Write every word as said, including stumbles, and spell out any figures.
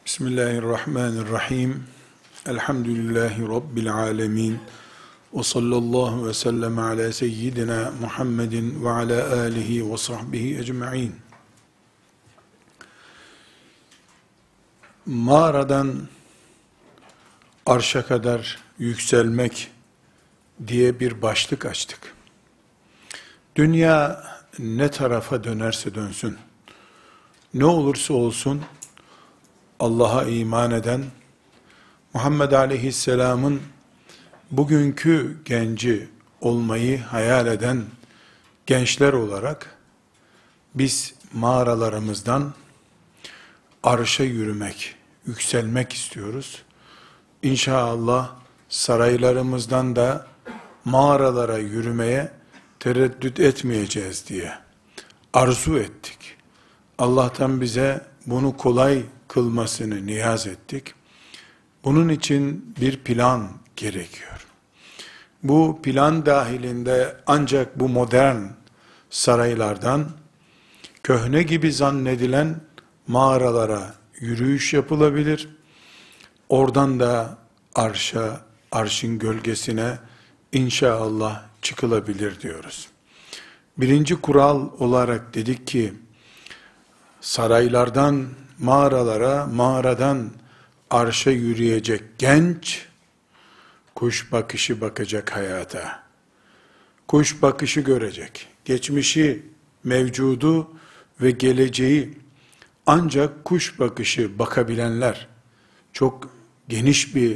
Bismillahirrahmanirrahim. Elhamdülillahi Rabbil alemin. Ve sallallahu ve sellem ala seyyidina Muhammedin ve ala alihi ve sahbihi ecma'in. Mağaradan arşa kadar yükselmek diye bir başlık açtık. Dünya ne tarafa dönerse dönsün, ne olursa olsun, Allah'a iman eden, Muhammed Aleyhisselam'ın bugünkü genci olmayı hayal eden gençler olarak biz mağaralarımızdan arşa yürümek, yükselmek istiyoruz. İnşallah saraylarımızdan da mağaralara yürümeye tereddüt etmeyeceğiz diye arzu ettik. Allah'tan bize bunu kolay kılmasını niyaz ettik. Bunun için bir plan gerekiyor. Bu plan dahilinde ancak bu modern saraylardan köhne gibi zannedilen mağaralara yürüyüş yapılabilir. Oradan da arşa, arşın gölgesine inşallah çıkılabilir diyoruz. Birinci kural olarak dedik ki, saraylardan mağaralara, mağaradan arşa yürüyecek genç, kuş bakışı bakacak hayata. Kuş bakışı görecek. Geçmişi, mevcudu ve geleceği ancak kuş bakışı bakabilenler, çok geniş bir